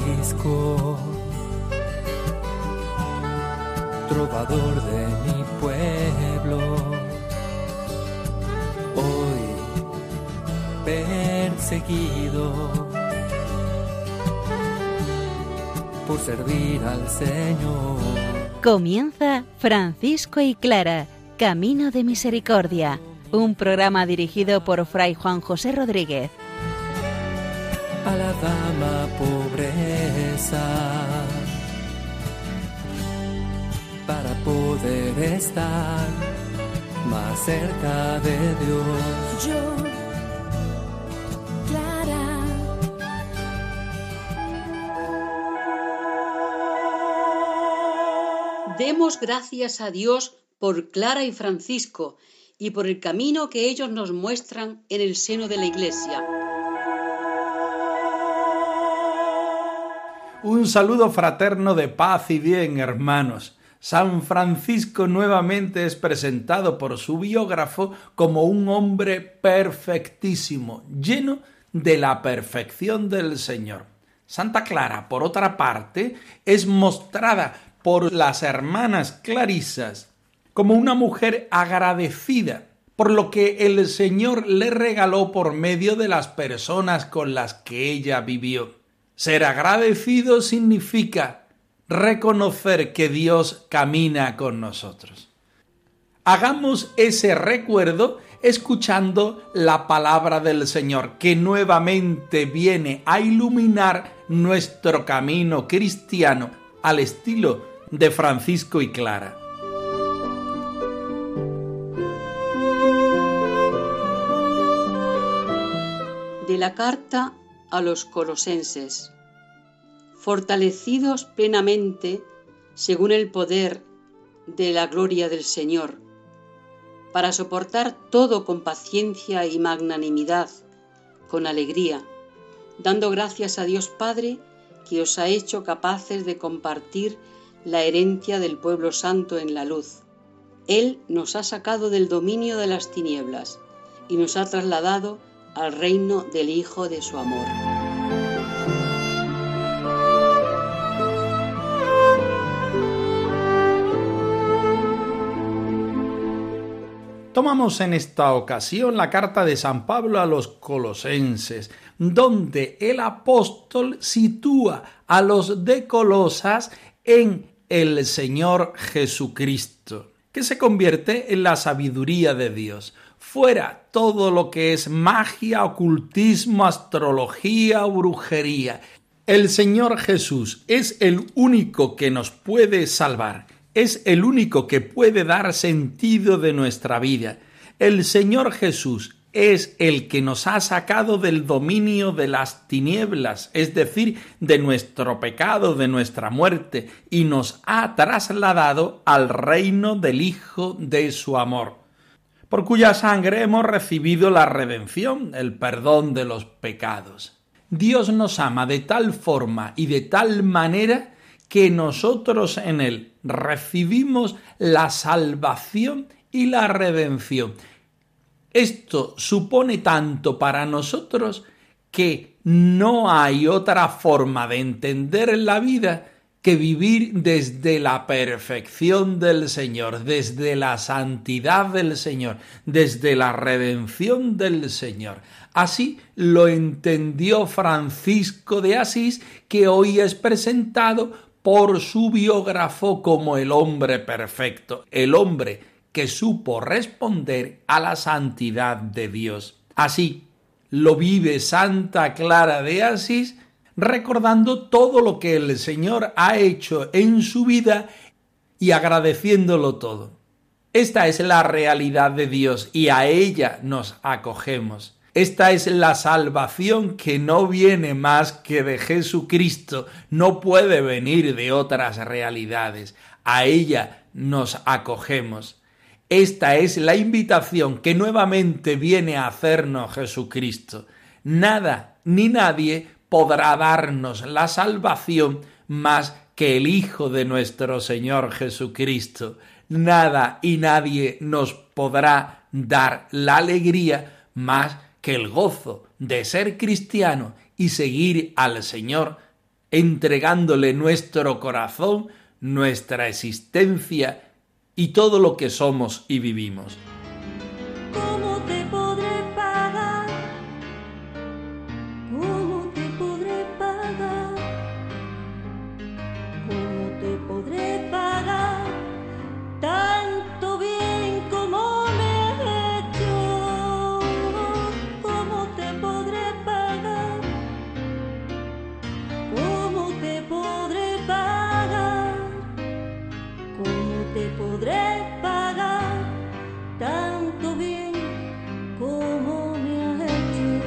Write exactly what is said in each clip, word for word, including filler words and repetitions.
Francisco, trovador de mi pueblo, hoy perseguido por servir al Señor. Comienza Francisco y Clara, Camino de Misericordia, un programa dirigido por Fray Juan José Rodríguez. A la dama pobreza, para poder estar más cerca de Dios. Yo, Clara. Demos gracias a Dios por Clara y Francisco y por el camino que ellos nos muestran en el seno de la Iglesia. Un saludo fraterno de paz y bien, hermanos. San Francisco nuevamente es presentado por su biógrafo como un hombre perfectísimo, lleno de la perfección del Señor. Santa Clara, por otra parte, es mostrada por las hermanas clarisas como una mujer agradecida por lo que el Señor le regaló por medio de las personas con las que ella vivió. Ser agradecido significa reconocer que Dios camina con nosotros. Hagamos ese recuerdo escuchando la palabra del Señor, que nuevamente viene a iluminar nuestro camino cristiano al estilo de Francisco y Clara. De la carta a los colosenses. Fortalecidos plenamente según el poder de la gloria del Señor, para soportar todo con paciencia y magnanimidad, con alegría, dando gracias a Dios Padre, que os ha hecho capaces de compartir la herencia del pueblo santo en la luz. Él nos ha sacado del dominio de las tinieblas y nos ha trasladado al reino del Hijo de su amor. Tomamos en esta ocasión la carta de San Pablo a los colosenses, donde el apóstol sitúa a los de Colosas en el Señor Jesucristo, que se convierte en la sabiduría de Dios. Fuera todo lo que es magia, ocultismo, astrología o brujería. El Señor Jesús es el único que nos puede salvar. Es el único que puede dar sentido de nuestra vida. El Señor Jesús es el que nos ha sacado del dominio de las tinieblas, es decir, de nuestro pecado, de nuestra muerte, y nos ha trasladado al reino del Hijo de su amor, por cuya sangre hemos recibido la redención, el perdón de los pecados. Dios nos ama de tal forma y de tal manera que nosotros en Él recibimos la salvación y la redención. Esto supone tanto para nosotros que no hay otra forma de entender la vida que vivir desde la perfección del Señor, desde la santidad del Señor, desde la redención del Señor. Así lo entendió Francisco de Asís, que hoy es presentado por su biógrafo como el hombre perfecto, el hombre que supo responder a la santidad de Dios. Así lo vive Santa Clara de Asís, recordando todo lo que el Señor ha hecho en su vida y agradeciéndolo todo. Esta es la realidad de Dios y a ella nos acogemos. Esta es la salvación que no viene más que de Jesucristo, no puede venir de otras realidades. A ella nos acogemos. Esta es la invitación que nuevamente viene a hacernos Jesucristo. Nada ni nadie podrá darnos la salvación más que el Hijo de nuestro Señor Jesucristo. Nada y nadie nos podrá dar la alegría más que el gozo de ser cristiano y seguir al Señor entregándole nuestro corazón, nuestra existencia y todo lo que somos y vivimos. ¿Cómo te podré pagar? ¿Cómo te podré pagar? ¿Cómo te podré pagar tanto bien como me has hecho? ¿Cómo te podré pagar? ¿Cómo te podré pagar? ¿Cómo te podré pagar tanto bien como me has hecho?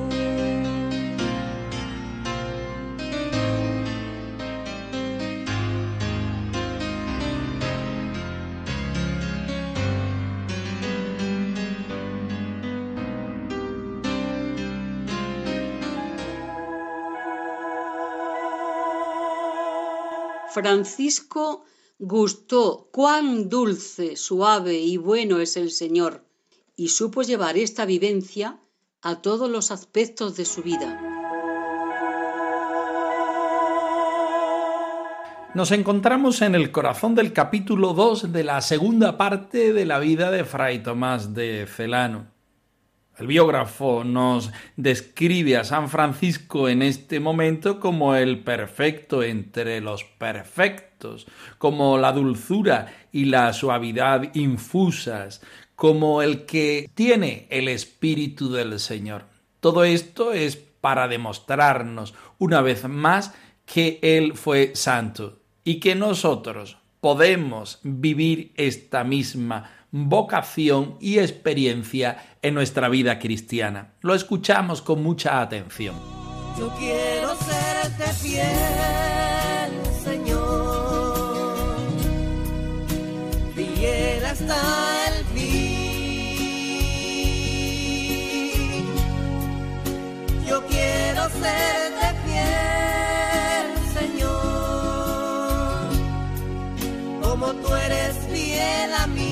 Francisco gustó cuán dulce, suave y bueno es el Señor, y supo llevar esta vivencia a todos los aspectos de su vida. Nos encontramos en el corazón del capítulo dos de la segunda parte de la vida de Fray Tomás de Celano. El biógrafo nos describe a San Francisco en este momento como el perfecto entre los perfectos, como la dulzura y la suavidad infusas, como el que tiene el Espíritu del Señor. Todo esto es para demostrarnos una vez más que Él fue santo y que nosotros podemos vivir esta misma vocación y experiencia en nuestra vida cristiana. Lo escuchamos con mucha atención. Yo quiero serte fiel, Señor, fiel hasta el fin. Yo quiero serte fiel, Señor, como tú eres fiel a mí.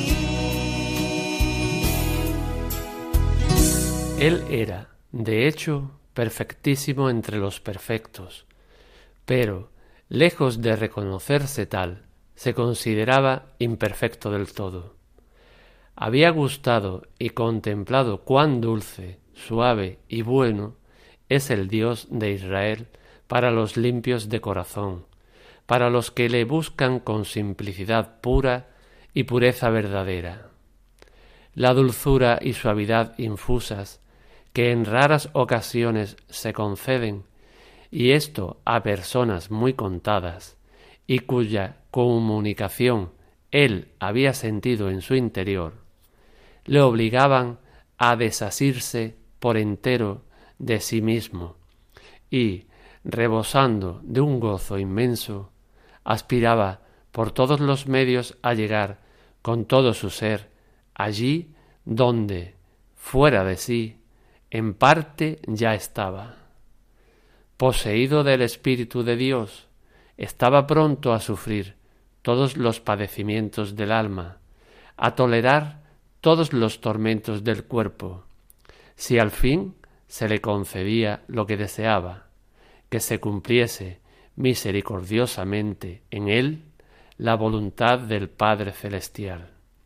Él era, de hecho, perfectísimo entre los perfectos, pero, lejos de reconocerse tal, se consideraba imperfecto del todo. Había gustado y contemplado cuán dulce, suave y bueno es el Dios de Israel para los limpios de corazón, para los que le buscan con simplicidad pura y pureza verdadera. La dulzura y suavidad infusas que en raras ocasiones se conceden, y esto a personas muy contadas, y cuya comunicación él había sentido en su interior, le obligaban a desasirse por entero de sí mismo, y, rebosando de un gozo inmenso, aspiraba por todos los medios a llegar con todo su ser allí donde, fuera de sí, en parte ya estaba. Poseído del Espíritu de Dios, estaba pronto a sufrir todos los padecimientos del alma, a tolerar todos los tormentos del cuerpo, si al fin se le concedía lo que deseaba, que se cumpliese misericordiosamente en él la voluntad del Padre Celestial.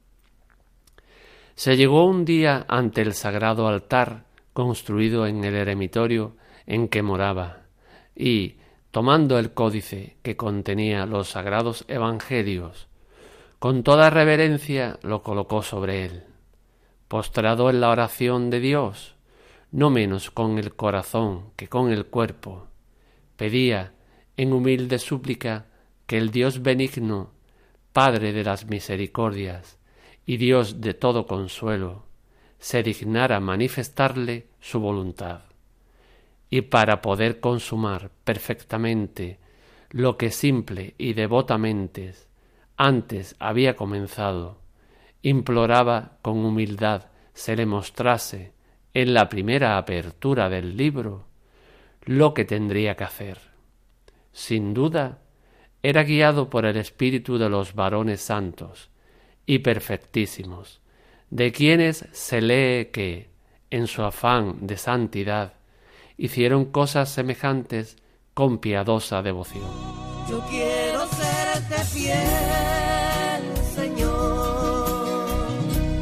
Se llegó un día ante el sagrado altar construido en el eremitorio en que moraba, y, tomando el códice que contenía los sagrados evangelios, con toda reverencia lo colocó sobre él. Postrado en la oración de Dios, no menos con el corazón que con el cuerpo, pedía en humilde súplica que el Dios benigno, Padre de las misericordias y Dios de todo consuelo, se dignara manifestarle su voluntad, y para poder consumar perfectamente lo que simple y devotamente antes había comenzado, imploraba con humildad se le mostrase en la primera apertura del libro lo que tendría que hacer. Sin duda, era guiado por el espíritu de los varones santos y perfectísimos, de quienes se lee que, en su afán de santidad, hicieron cosas semejantes con piadosa devoción. Yo quiero serte fiel, Señor,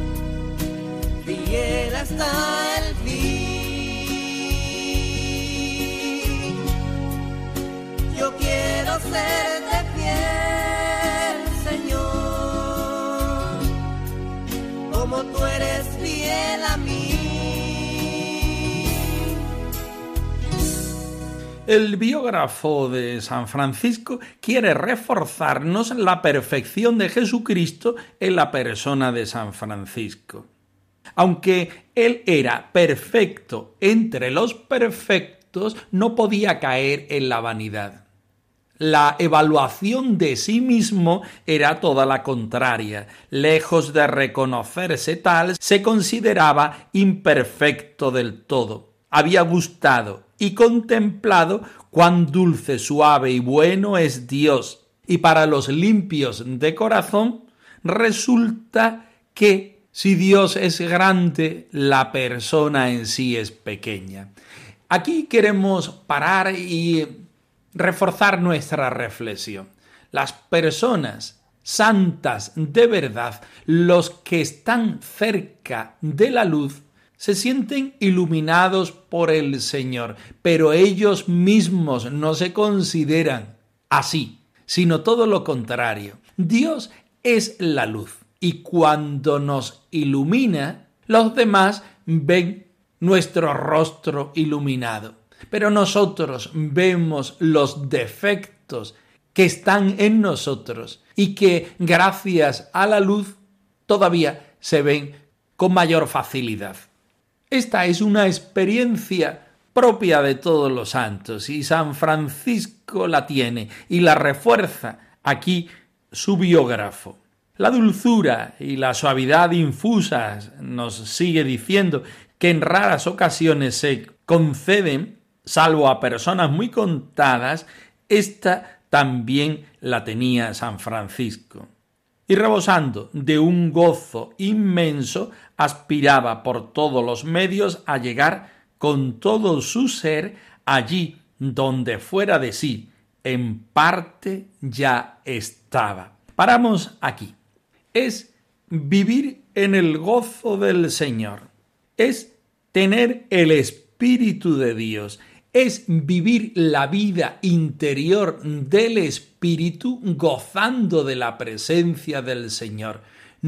fiel hasta el fin. Yo quiero serte fiel, Señor, como tú eres fiel a mí. El biógrafo de San Francisco quiere reforzarnos la perfección de Jesucristo en la persona de San Francisco. Aunque él era perfecto entre los perfectos, no podía caer en la vanidad. La evaluación de sí mismo era toda la contraria. Lejos de reconocerse tal, se consideraba imperfecto del todo. Había gustado y contemplado cuán dulce, suave y bueno es Dios. Y para los limpios de corazón, resulta que si Dios es grande, la persona en sí es pequeña. Aquí queremos parar y reforzar nuestra reflexión. Las personas santas de verdad, los que están cerca de la luz, se sienten iluminados por el Señor, pero ellos mismos no se consideran así, sino todo lo contrario. Dios es la luz y cuando nos ilumina, los demás ven nuestro rostro iluminado. Pero nosotros vemos los defectos que están en nosotros y que gracias a la luz todavía se ven con mayor facilidad. Esta es una experiencia propia de todos los santos y San Francisco la tiene y la refuerza aquí su biógrafo. La dulzura y la suavidad infusas, nos sigue diciendo, que en raras ocasiones se conceden, salvo a personas muy contadas, esta también la tenía San Francisco. Y rebosando de un gozo inmenso, aspiraba por todos los medios a llegar con todo su ser allí donde fuera de sí, en parte ya estaba. Paramos aquí. Es vivir en el gozo del Señor. Es tener el Espíritu de Dios. Es vivir la vida interior del Espíritu gozando de la presencia del Señor.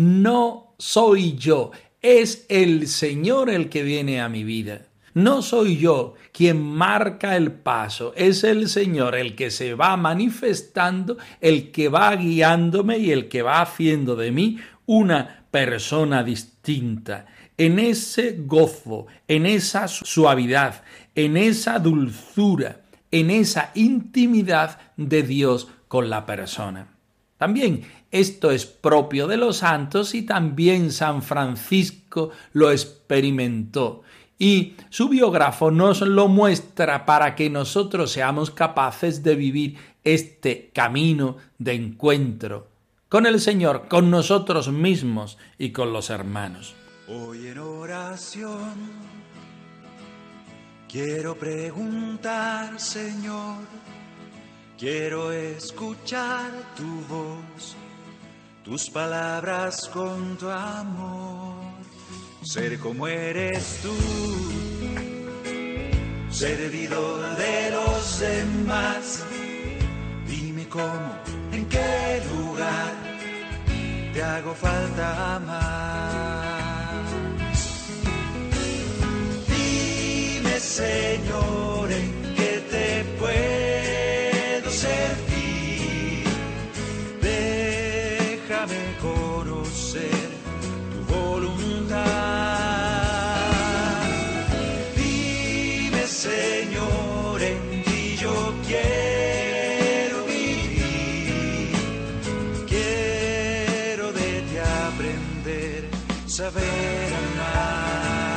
No soy yo, es el Señor el que viene a mi vida. No soy yo quien marca el paso, es el Señor el que se va manifestando, el que va guiándome y el que va haciendo de mí una persona distinta. En ese gozo, en esa suavidad, en esa dulzura, en esa intimidad de Dios con la persona. También esto es propio de los santos y también San Francisco lo experimentó. Y su biógrafo nos lo muestra para que nosotros seamos capaces de vivir este camino de encuentro con el Señor, con nosotros mismos y con los hermanos. Hoy en oración quiero preguntar, Señor, quiero escuchar tu voz, tus palabras con tu amor, ser como eres tú, servidor de los demás. Dime cómo, en qué lugar te hago falta más. Señor, ¿en qué te puedo servir? Déjame conocer tu voluntad. Dime, Señor, en ti yo quiero vivir. Quiero de ti aprender, saber amar.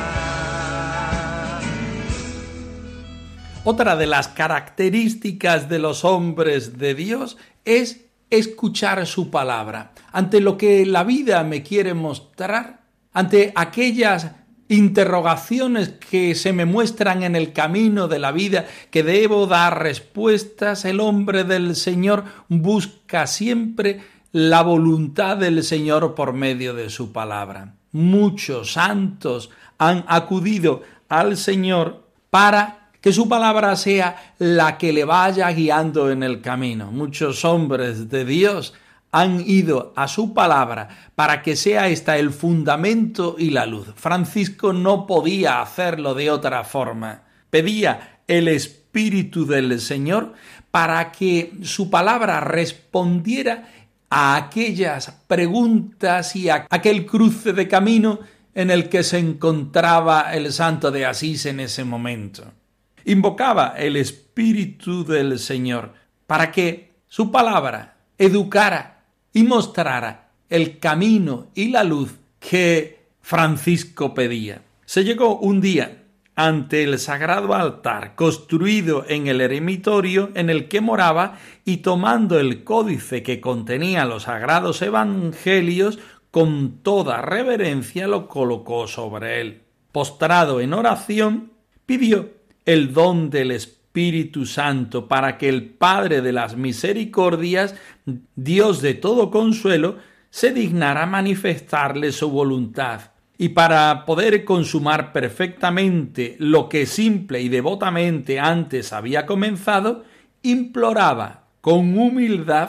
Otra de las características de los hombres de Dios es escuchar su palabra. Ante lo que la vida me quiere mostrar, ante aquellas interrogaciones que se me muestran en el camino de la vida, que debo dar respuestas, el hombre del Señor busca siempre la voluntad del Señor por medio de su palabra. Muchos santos han acudido al Señor para que su palabra sea la que le vaya guiando en el camino. Muchos hombres de Dios han ido a su palabra para que sea esta el fundamento y la luz. Francisco no podía hacerlo de otra forma. Pedía el Espíritu del Señor para que su palabra respondiera a aquellas preguntas y a aquel cruce de camino en el que se encontraba el santo de Asís en ese momento. Invocaba el Espíritu del Señor para que su palabra educara y mostrara el camino y la luz que Francisco pedía. Se llegó un día ante el sagrado altar construido en el eremitorio en el que moraba y tomando el códice que contenía los sagrados evangelios, con toda reverencia lo colocó sobre él. Postrado en oración, pidió el don del Espíritu Espíritu Santo para que el Padre de las misericordias, Dios de todo consuelo, se dignara manifestarle su voluntad, y para poder consumar perfectamente lo que simple y devotamente antes había comenzado, imploraba con humildad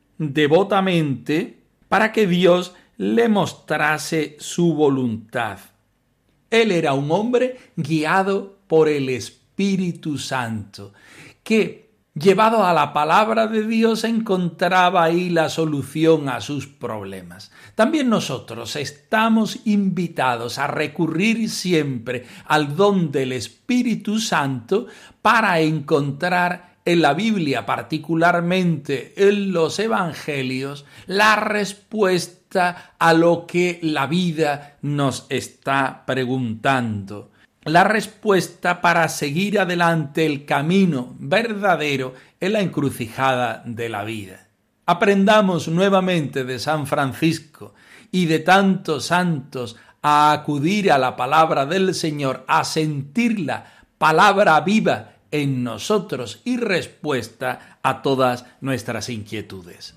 devotamente para que Dios le mostrase su voluntad. Él era un hombre guiado por el Espíritu Espíritu Santo, que, llevado a la palabra de Dios, encontraba ahí la solución a sus problemas. También nosotros estamos invitados a recurrir siempre al don del Espíritu Santo para encontrar en la Biblia, particularmente en los Evangelios, la respuesta a lo que la vida nos está preguntando. La respuesta para seguir adelante el camino verdadero en la encrucijada de la vida. Aprendamos nuevamente de San Francisco y de tantos santos a acudir a la palabra del Señor, a sentirla palabra viva en nosotros y respuesta a todas nuestras inquietudes.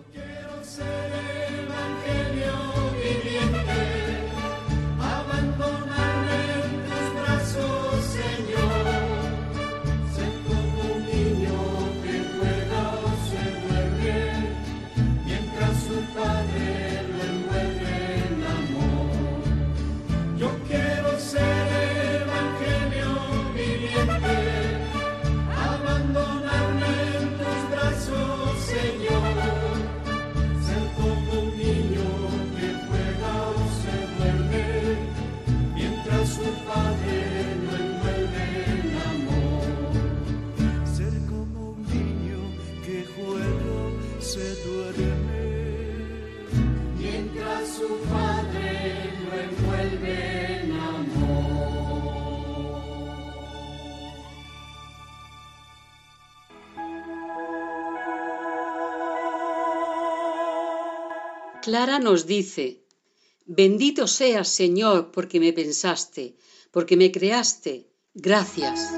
Clara nos dice: bendito seas, Señor, porque me pensaste, porque me creaste. Gracias.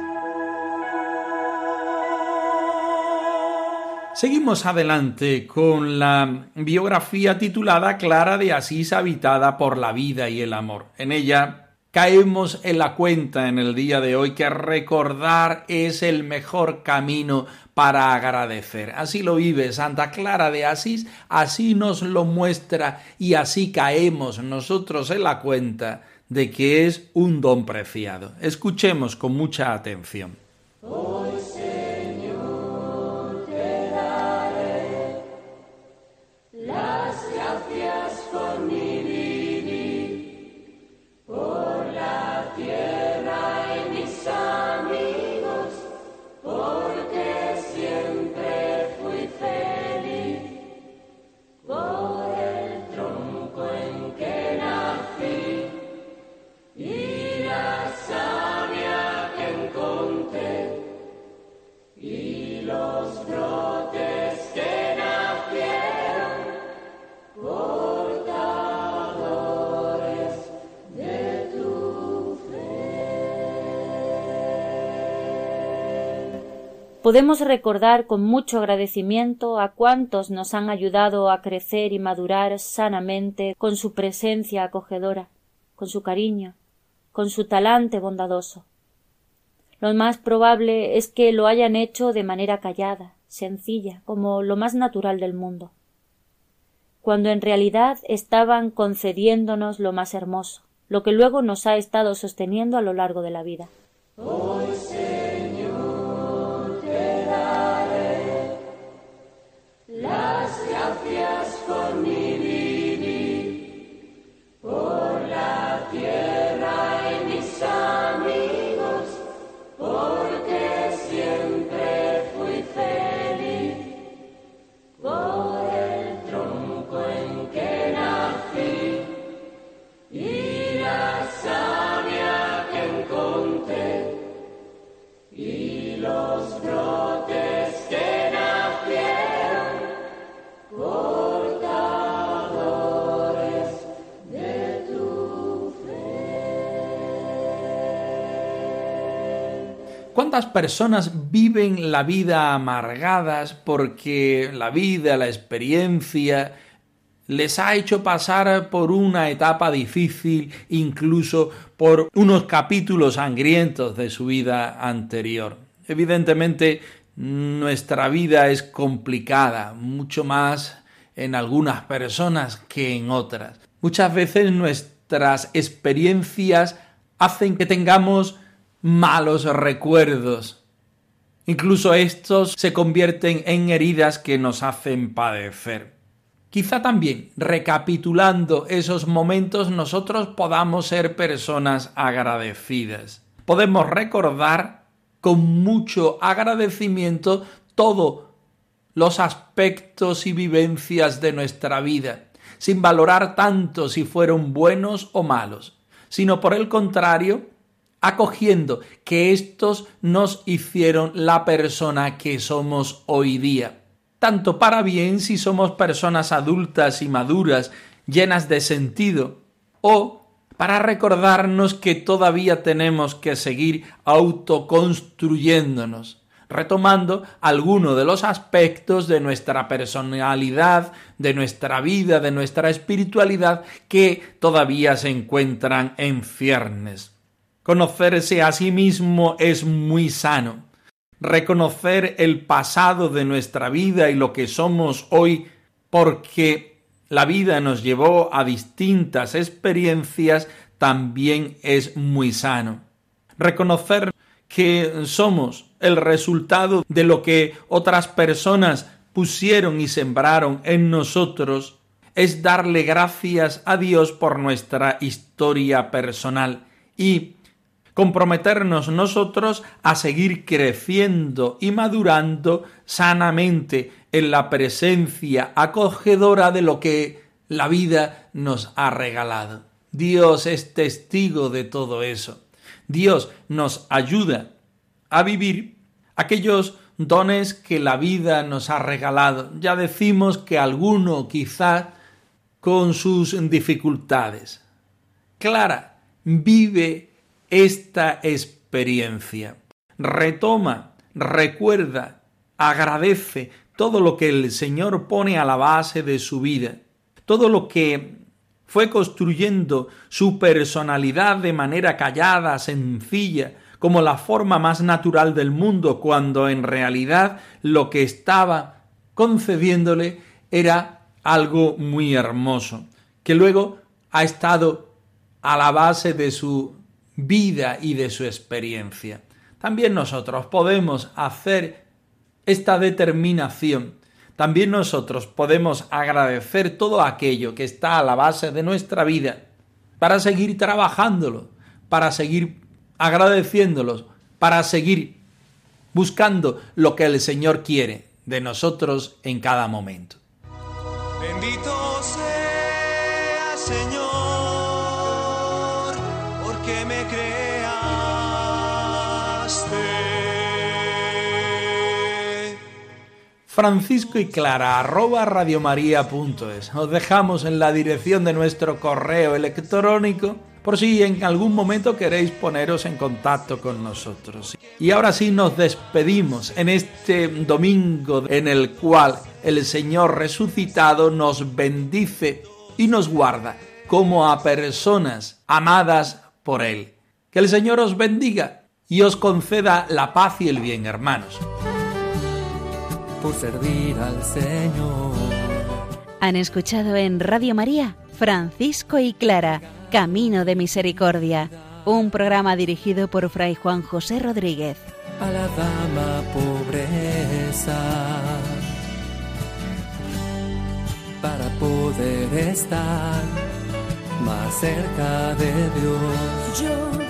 Seguimos adelante con la biografía titulada Clara de Asís, habitada por la vida y el amor. En ella caemos en la cuenta en el día de hoy que recordar es el mejor camino para agradecer. Así lo vive Santa Clara de Asís, así nos lo muestra y así caemos nosotros en la cuenta de que es un don preciado. Escuchemos con mucha atención. Hoy, Señor, te daré las gracias por mi vivir, por la tierra y mis amigos, porque siempre fui feliz, por el tronco en que nací y la savia que encontré podemos recordar con mucho agradecimiento a cuantos nos han ayudado a crecer y madurar sanamente con su presencia acogedora, con su cariño, con su talante bondadoso. Lo más probable es que lo hayan hecho de manera callada, sencilla, como lo más natural del mundo, cuando en realidad estaban concediéndonos lo más hermoso, lo que luego nos ha estado sosteniendo a lo largo de la vida. Hoy, Señor, te daré las gracias por mi vivir, por la tierra y mis amigos, porque siempre fui feliz, por el tronco en que nací y la savia que encontré y los brotes que nacieron, portadores de tu fe. ¿Cuántas personas viven la vida amargadas porque la vida, la experiencia, les ha hecho pasar por una etapa difícil, incluso por unos capítulos sangrientos de su vida anterior? Evidentemente, nuestra vida es complicada, mucho más en algunas personas que en otras. Muchas veces nuestras experiencias hacen que tengamos malos recuerdos. Incluso estos se convierten en heridas que nos hacen padecer. Quizá también, recapitulando esos momentos, nosotros podamos ser personas agradecidas. Podemos recordar con mucho agradecimiento todos los aspectos y vivencias de nuestra vida, sin valorar tanto si fueron buenos o malos, sino por el contrario, acogiendo que estos nos hicieron la persona que somos hoy día. Tanto para bien si somos personas adultas y maduras, llenas de sentido, o para recordarnos que todavía tenemos que seguir autoconstruyéndonos, retomando alguno de los aspectos de nuestra personalidad, de nuestra vida, de nuestra espiritualidad, que todavía se encuentran en ciernes. Conocerse a sí mismo es muy sano. Reconocer el pasado de nuestra vida y lo que somos hoy, porque la vida nos llevó a distintas experiencias, también es muy sano. Reconocer que somos el resultado de lo que otras personas pusieron y sembraron en nosotros es darle gracias a Dios por nuestra historia personal y comprometernos nosotros a seguir creciendo y madurando sanamente en la presencia acogedora de lo que la vida nos ha regalado. Dios es testigo de todo eso. Dios nos ayuda a vivir aquellos dones que la vida nos ha regalado. Ya decimos que alguno quizá con sus dificultades. Clara, vive esta experiencia. Retoma, recuerda, agradece todo lo que el Señor pone a la base de su vida, todo lo que fue construyendo su personalidad de manera callada, sencilla, como la forma más natural del mundo, cuando en realidad lo que estaba concediéndole era algo muy hermoso, que luego ha estado a la base de su vida y de su experiencia. También nosotros podemos hacer esta determinación. También nosotros podemos agradecer todo aquello que está a la base de nuestra vida para seguir trabajándolo, para seguir agradeciéndolos, para seguir buscando lo que el Señor quiere de nosotros en cada momento. Bendito sea, Señor, porque me creaste. Francisco y Clara, arroba radiomaria punto es. Os dejamos en la dirección de nuestro correo electrónico por si en algún momento queréis poneros en contacto con nosotros. Y ahora sí nos despedimos en este domingo en el cual el Señor resucitado nos bendice y nos guarda como a personas amadas por Él. Que el Señor os bendiga y os conceda la paz y el bien, hermanos. Por servir al Señor. Han escuchado en Radio María Francisco y Clara, Camino de Misericordia, un programa dirigido por Fray Juan José Rodríguez. A la dama pobreza, para poder estar más cerca de Dios. Yo